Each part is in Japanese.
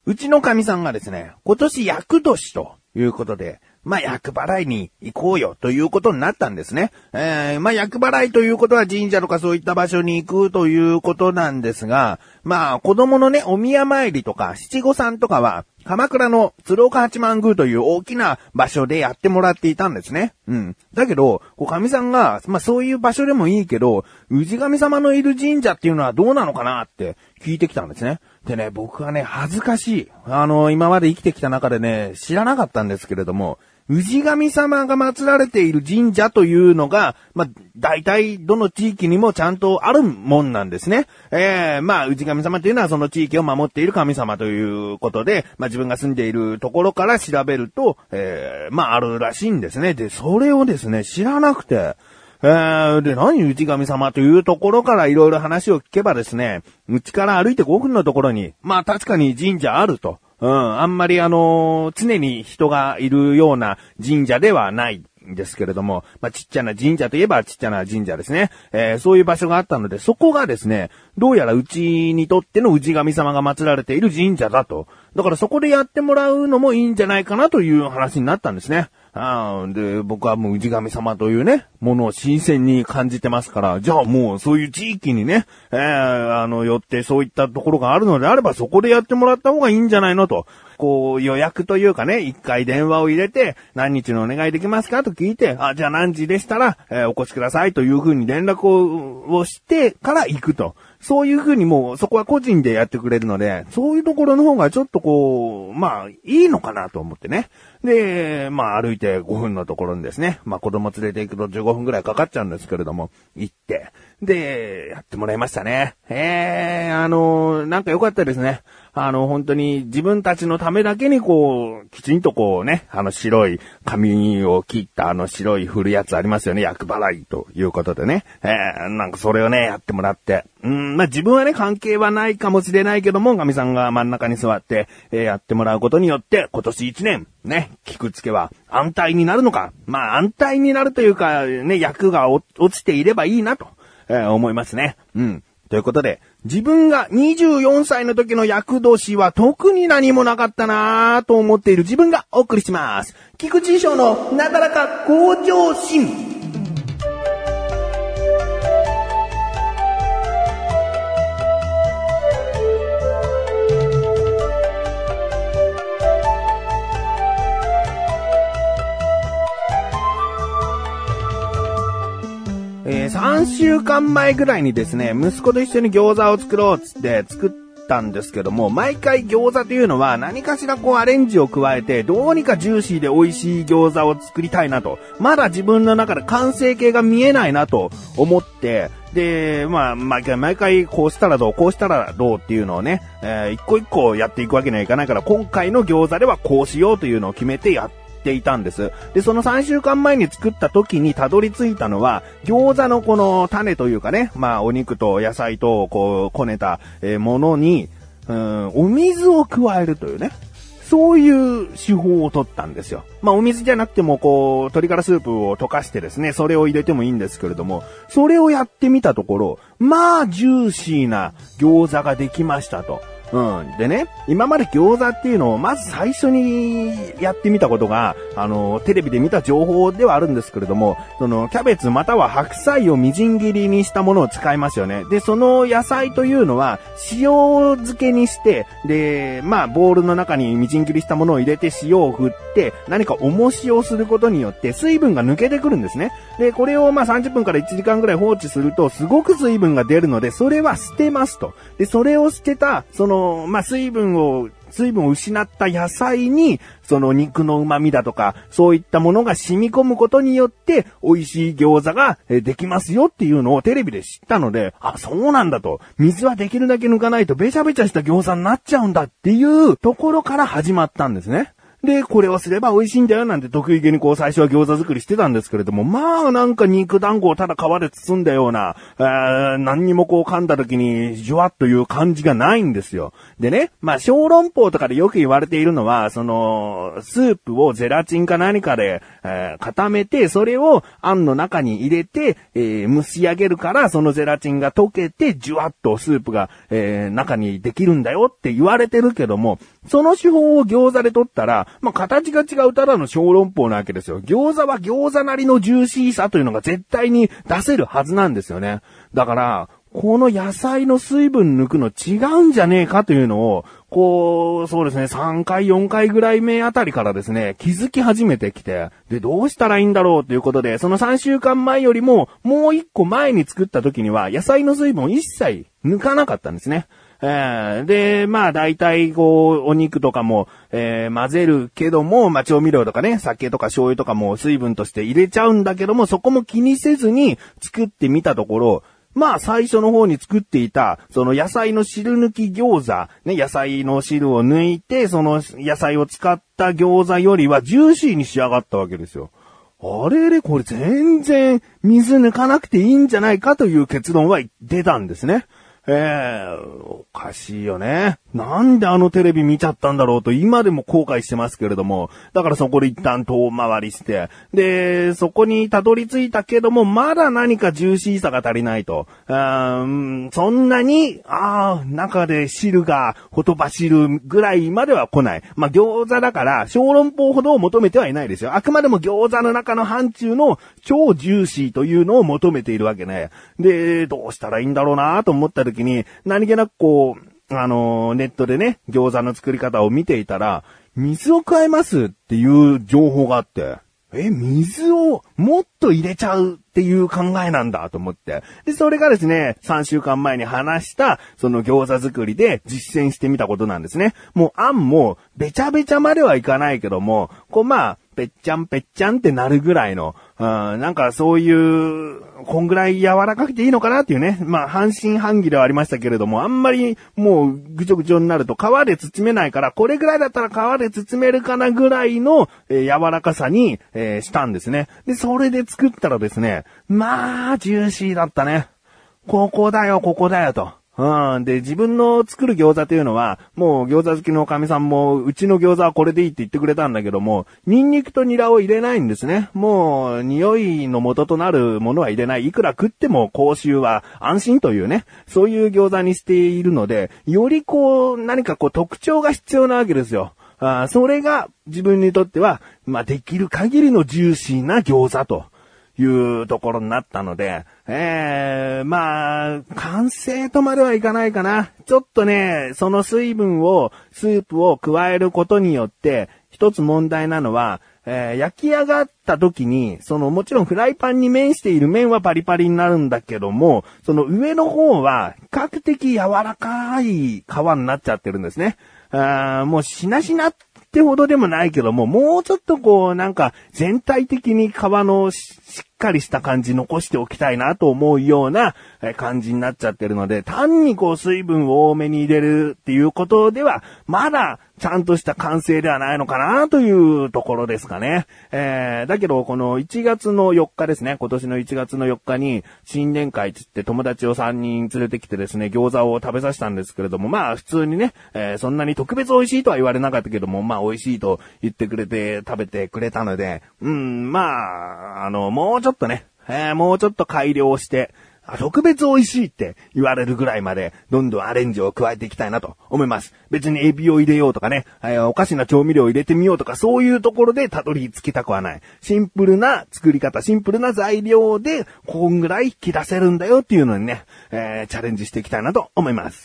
うちの神さんがですね、今年厄年ということで、厄払いに行こうよということになったんですね。厄払いということは神社とかそういった場所に行くということなんですが、子供のね、お宮参りとか七五三とかは、鎌倉の鶴岡八幡宮という大きな場所でやってもらっていたんですね。だけど、神さんが、そういう場所でもいいけど、氏神様のいる神社っていうのはどうなのかなって聞いてきたんですね。でね、僕はね、恥ずかしい。今まで生きてきた中でね、知らなかったんですけれども、氏神様が祀られている神社というのが、大体どの地域にもちゃんとあるもんなんですね。氏神様というのはその地域を守っている神様ということで、自分が住んでいるところから調べると、あるらしいんですね。で、それをですね、知らなくて、で、何氏神様というところからいろいろ話を聞けばですね、うちから歩いて5分のところに、確かに神社あると。あんまり常に人がいるような神社ではないんですけれども、ちっちゃな神社といえばちっちゃな神社ですね。そういう場所があったので、そこがですね、どうやらうちにとっての氏神様が祀られている神社だと。だからそこでやってもらうのもいいんじゃないかなという話になったんですね。で、僕はもう氏神様というね、ものを新鮮に感じてますから、じゃあもうそういう地域にね、よってそういったところがあるのであればそこでやってもらった方がいいんじゃないのと。予約というかね、一回電話を入れて、何日のお願いできますかと聞いて、じゃあ何時でしたら、お越しくださいというふうに連絡をしてから行くと。そういうふうにもうそこは個人でやってくれるので、そういうところの方がちょっといいのかなと思ってね。で、歩いて5分のところにですね、子供連れて行くと15分くらいかかっちゃうんですけれども、行って、で、やってもらいましたね。なんか良かったですね。本当に自分たちのためだけにきちんと白い紙を切った白い振るやつありますよね。厄払いということでね。なんかそれをね、やってもらって。自分はね、関係はないかもしれないけども、神さんが真ん中に座って、やってもらうことによって、今年1年、ね、菊付けは安泰になるのか。安泰になるというか、ね、厄が落ちていればいいなと、思いますね。ということで、自分が24歳の時の厄年は特に何もなかったなぁと思っている自分がお送りします。菊池翔のなだらか向上心。3週間前ぐらいにですね、息子と一緒に餃子を作ろうっつって作ったんですけども、毎回餃子というのは何かしらアレンジを加えて、どうにかジューシーで美味しい餃子を作りたいなと。まだ自分の中で完成形が見えないなと思って、で、毎回こうしたらどう、こうしたらどうっていうのをね、一個一個やっていくわけにはいかないから、今回の餃子ではこうしようというのを決めてやっていたんです。で、その3週間前に作った時にたどり着いたのは、餃子のこの種というかね、お肉と野菜とこねたものに、お水を加えるというね、そういう手法を取ったんですよ。お水じゃなくても鶏ガラスープを溶かしてですね、それを入れてもいいんですけれども、それをやってみたところ、ジューシーな餃子ができましたと。でね、今まで餃子っていうのをまず最初にやってみたことが、テレビで見た情報ではあるんですけれども、キャベツまたは白菜をみじん切りにしたものを使いますよね。で、その野菜というのは、塩漬けにして、で、ボウルの中にみじん切りしたものを入れて塩を振って、何か重しをすることによって水分が抜けてくるんですね。で、これを30分から1時間ぐらい放置すると、すごく水分が出るので、それは捨てますと。で、それを捨てた、水分を失った野菜に、その肉の旨味だとか、そういったものが染み込むことによって、美味しい餃子ができますよっていうのをテレビで知ったので、そうなんだと。水はできるだけ抜かないとべちゃべちゃした餃子になっちゃうんだっていうところから始まったんですね。 で、これをすれば美味しいんだよなんて得意げにこう最初は餃子作りしてたんですけれども、まあなんか肉団子をただ皮で包んだような、何にもこう噛んだ時にジュワッという感じがないんですよ。でね、まあ小籠包とかでよく言われているのは、その、スープをゼラチンか何かで、固めて、それをあんの中に入れて、蒸し上げるから、そのゼラチンが溶けて、ジュワッとスープが、中にできるんだよって言われてるけども、その手法を餃子で取ったら、まあ、形が違うただの小籠包なわけですよ。餃子は餃子なりのジューシーさというのが絶対に出せるはずなんですよね。だから、この野菜の水分抜くの違うんじゃねえかというのを、こう、そうですね、3回、4回ぐらい目あたりからですね、気づき始めてきて、で、どうしたらいいんだろうということで、その3週間前よりも、もう1個前に作った時には、野菜の水分を一切抜かなかったんですね。で、まあ大体こう、お肉とかも、混ぜるけども、まあ調味料とかね、酒とか醤油とかも水分として入れちゃうんだけども、そこも気にせずに作ってみたところ、まあ最初の方に作っていた、その野菜の汁抜き餃子、ね、野菜の汁を抜いて、その野菜を使った餃子よりはジューシーに仕上がったわけですよ。あれれ、これ全然水抜かなくていいんじゃないかという結論は出たんですね。おかしいよね。なんであのテレビ見ちゃったんだろうと今でも後悔してますけれども、だからそこで一旦遠回りして、で、そこにたどり着いたけども、まだ何かジューシーさが足りないと。そんなに、中で汁がほとばしるぐらいまでは来ない。まあ、餃子だから、小籠包ほどを求めてはいないですよ。あくまでも餃子の中の範疇の超ジューシーというのを求めているわけね。で、どうしたらいいんだろうなと思った時に、何気なくこう、ネットでね、餃子の作り方を見ていたら、水を加えますっていう情報があって、水をもっと入れちゃうっていう考えなんだと思って。で、それがですね、3週間前に話した、その餃子作りで実践してみたことなんですね。もうあんも、べちゃべちゃまではいかないけども、こうまあ、ぺっちゃんぺっちゃんってなるぐらいの、なんかそういう、こんぐらい柔らかくていいのかなっていうね。まあ、半信半疑ではありましたけれども、あんまりもうぐちょぐちょになると皮で包めないから、これぐらいだったら皮で包めるかなぐらいの、柔らかさに、したんですね。で、それで作ったらですね、まあ、ジューシーだったね。ここだよと。で、自分の作る餃子というのは、もう餃子好きのおかみさんも、うちの餃子はこれでいいって言ってくれたんだけども、ニンニクとニラを入れないんですね。もう、匂いの元となるものは入れない。いくら食っても口臭は安心というね、そういう餃子にしているので、よりこう、何かこう特徴が必要なわけですよ。それが自分にとっては、まあ、できる限りのジューシーな餃子というところになったので、まあ、完成とまではいかないかな。ちょっとね、その水分を、スープを加えることによって、一つ問題なのは、焼き上がった時に、もちろんフライパンに面している面はパリパリになるんだけども、その上の方は、比較的柔らかい皮になっちゃってるんですね。もうしなしなってほどでもないけども、もうちょっとこう、なんか、全体的に皮のしっかりした感じ残しておきたいなと思うような感じになっちゃってるので、単にこう水分を多めに入れるっていうことでは、まだちゃんとした完成ではないのかなというところですかね。だけどこの1月の4日ですね、今年の1月の4日に新年会つって友達を3人連れてきてですね、餃子を食べさせたんですけれども、まあ普通にね、そんなに特別美味しいとは言われなかったけども、まあ美味しいと言ってくれて食べてくれたので、まあ、もうちょっとね、もうちょっと改良して、特別美味しいって言われるぐらいまでどんどんアレンジを加えていきたいなと思います。別にエビを入れようとかね、おかしな調味料を入れてみようとかそういうところでたどり着きたくはない。シンプルな作り方、シンプルな材料でこんぐらい引き出せるんだよっていうのにね、チャレンジしていきたいなと思います。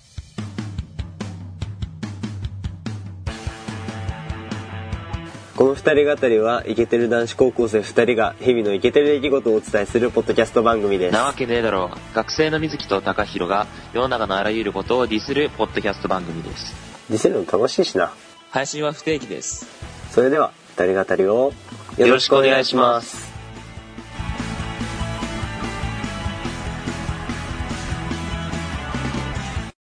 この二人語りはイケてる男子高校生二人が日々のイケてる出来事をお伝えするポッドキャスト番組です。 なわけねえだろう。学生の水木と高弘が世の中のあらゆることをディスるポッドキャスト番組です。 ディスるの楽しいしな。 配信は不定期です。 それでは二人語りをよろしくお願いします。 さっ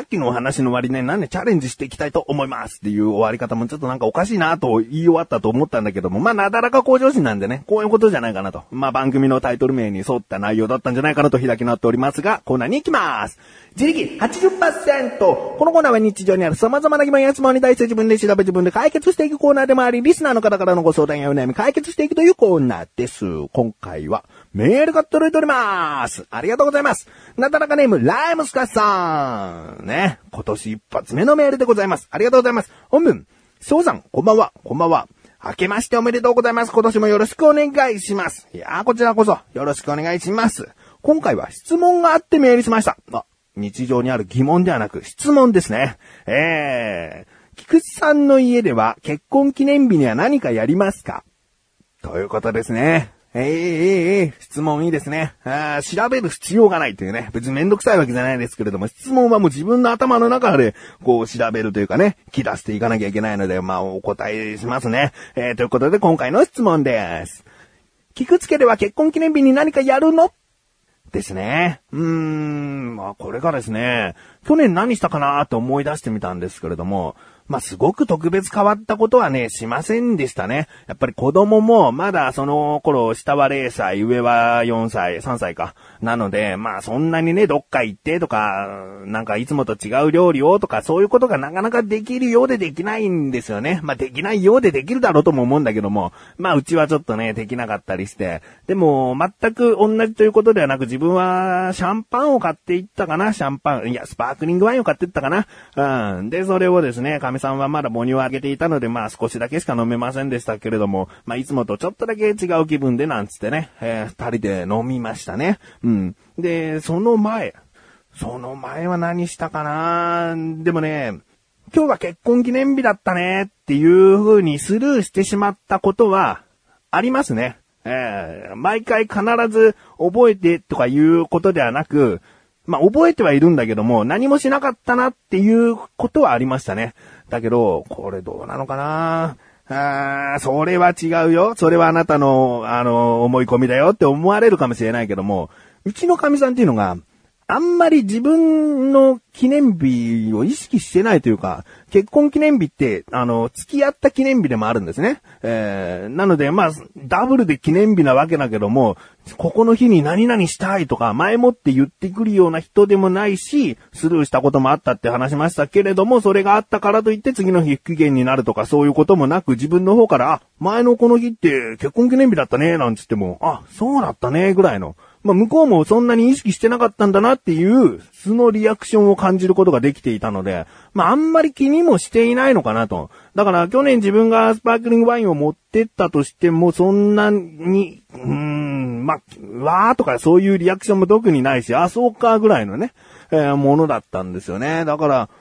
きのお話の割にね、なんでチャレンジしていきたいと思いますっていう終わり方もちょっとなんかおかしいなと言い終わったと思ったんだけども、なだらか向上心なんでね、こういうことじゃないかなと。番組のタイトル名に沿った内容だったんじゃないかなと開き直っておりますが、コーナーに行きます。自力 80%。このコーナーは日常にある様々な疑問や質問に対して自分で調べ自分で解決していくコーナーでもあり、リスナーの方からのご相談やお悩み解決していくというコーナーです。今回はメールが届いております。ありがとうございます。なだらかネームライムスカさん。ね。今年一発目のメールでございます。ありがとうございます。本文、翔さん、こんばんは。こんばんは。明けましておめでとうございます。今年もよろしくお願いします。いやー、こちらこそよろしくお願いします。今回は質問があってメールしました。日常にある疑問ではなく質問ですね。菊池さんの家では結婚記念日には何かやりますか？ということですね。質問いいですね。調べる必要がないというね。別にめんどくさいわけじゃないですけれども、質問はもう自分の頭の中で、こう調べるというかね、切らしていかなきゃいけないので、お答えしますね。ということで今回の質問です。菊池家では結婚記念日に何かやるの？ですね。これがですね、去年何したかなと思い出してみたんですけれども、すごく特別変わったことはね、しませんでしたね。やっぱり子供もまだその頃、下は0歳、上は4歳、3歳か。なので、そんなにね、どっか行ってとか、なんかいつもと違う料理をとか、そういうことがなかなかできるようでできないんですよね。できないようでできるだろうとも思うんだけども、うちはちょっとね、できなかったりして。でも、全く同じということではなく、自分はシャンパンを買っていったかな、スパークリングワインを買っていったかな。で、それをですね、さんはまだ母乳をあげていたので、少しだけしか飲めませんでしたけれども、いつもとちょっとだけ違う気分でなんつってね、二人で飲みましたね。で、その前は何したかな。でもね、今日は結婚記念日だったねっていう風にスルーしてしまったことはありますね。毎回必ず覚えてとかいうことではなく、覚えてはいるんだけども、何もしなかったなっていうことはありましたね。だけど、これどうなのかな？それは違うよ。それはあなたの、思い込みだよって思われるかもしれないけども、うちのかみさんっていうのが、あんまり自分の記念日を意識してないというか、結婚記念日って、付き合った記念日でもあるんですね。なので、ダブルで記念日なわけだけども、ここの日に何々したいとか、前もって言ってくるような人でもないし、スルーしたこともあったって話しましたけれども、それがあったからといって次の日不機嫌になるとか、そういうこともなく、自分の方から、前のこの日って結婚記念日だったね、なんつっても、そうだったね、ぐらいの。向こうもそんなに意識してなかったんだなっていう、素のリアクションを感じることができていたので、あんまり気にもしていないのかなと。だから去年自分がスパークリングワインを持ってったとしても、そんなに、わーとかそういうリアクションも特にないし、そうかぐらいのね、ものだったんですよね。だから、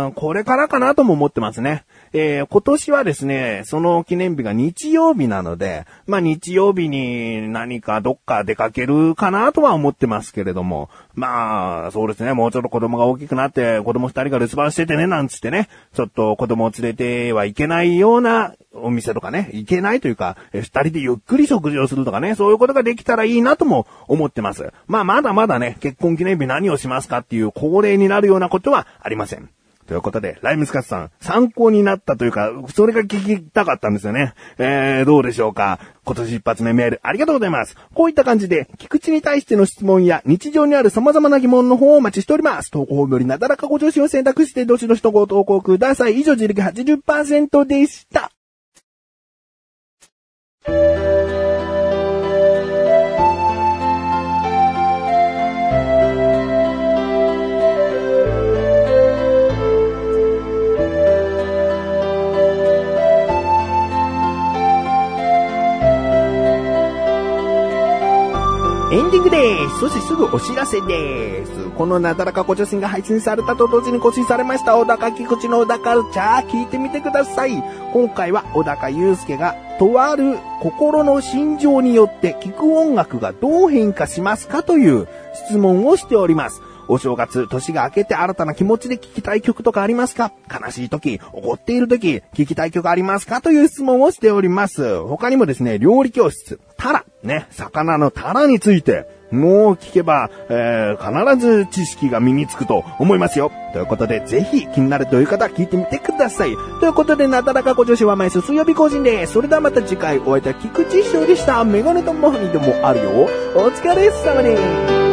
これからかなとも思ってますね。今年はですね、その記念日が日曜日なので、日曜日に何かどっか出かけるかなとは思ってますけれども、そうですね、もうちょっと子供が大きくなって、子供2人が留守番しててね、なんつってね、ちょっと子供を連れてはいけないようなお店とかね、行けないというか、2人でゆっくり食事をするとかね、そういうことができたらいいなとも思ってます。まだまだね、結婚記念日何をしますかっていう恒例になるようなことはありません。ということで、ライムスカッツさん、参考になったというか、それが聞きたかったんですよね。どうでしょうか。今年一発目メール、ありがとうございます。こういった感じで、菊池に対しての質問や、日常にある様々な疑問の方をお待ちしております。投稿フォームよりなだらかご調子を選択して、どしどしとご投稿ください。以上、自力 80% でした。エンディングです。そしてすぐお知らせです。このなだらかご女子が配信されたと同時に更新されました小高菊池の小高カルチャー聞いてみてください。今回は小高祐介がとある心の心情によって聴く音楽がどう変化しますかという質問をしております。お正月、年が明けて新たな気持ちで聴きたい曲とかありますか？悲しい時、怒っている時、聴きたい曲ありますか？という質問をしております。他にもですね、料理教室、タラ、ね、魚のタラについて、 もう聞けば、必ず知識が身につくと思いますよ。ということで、ぜひ気になるという方は聞いてみてください。ということで、なだらかご女子は毎週水曜日更新です。それではまた次回お会いいたい菊池翔でした。メガネとマフニーでもあるよ。お疲れ様です。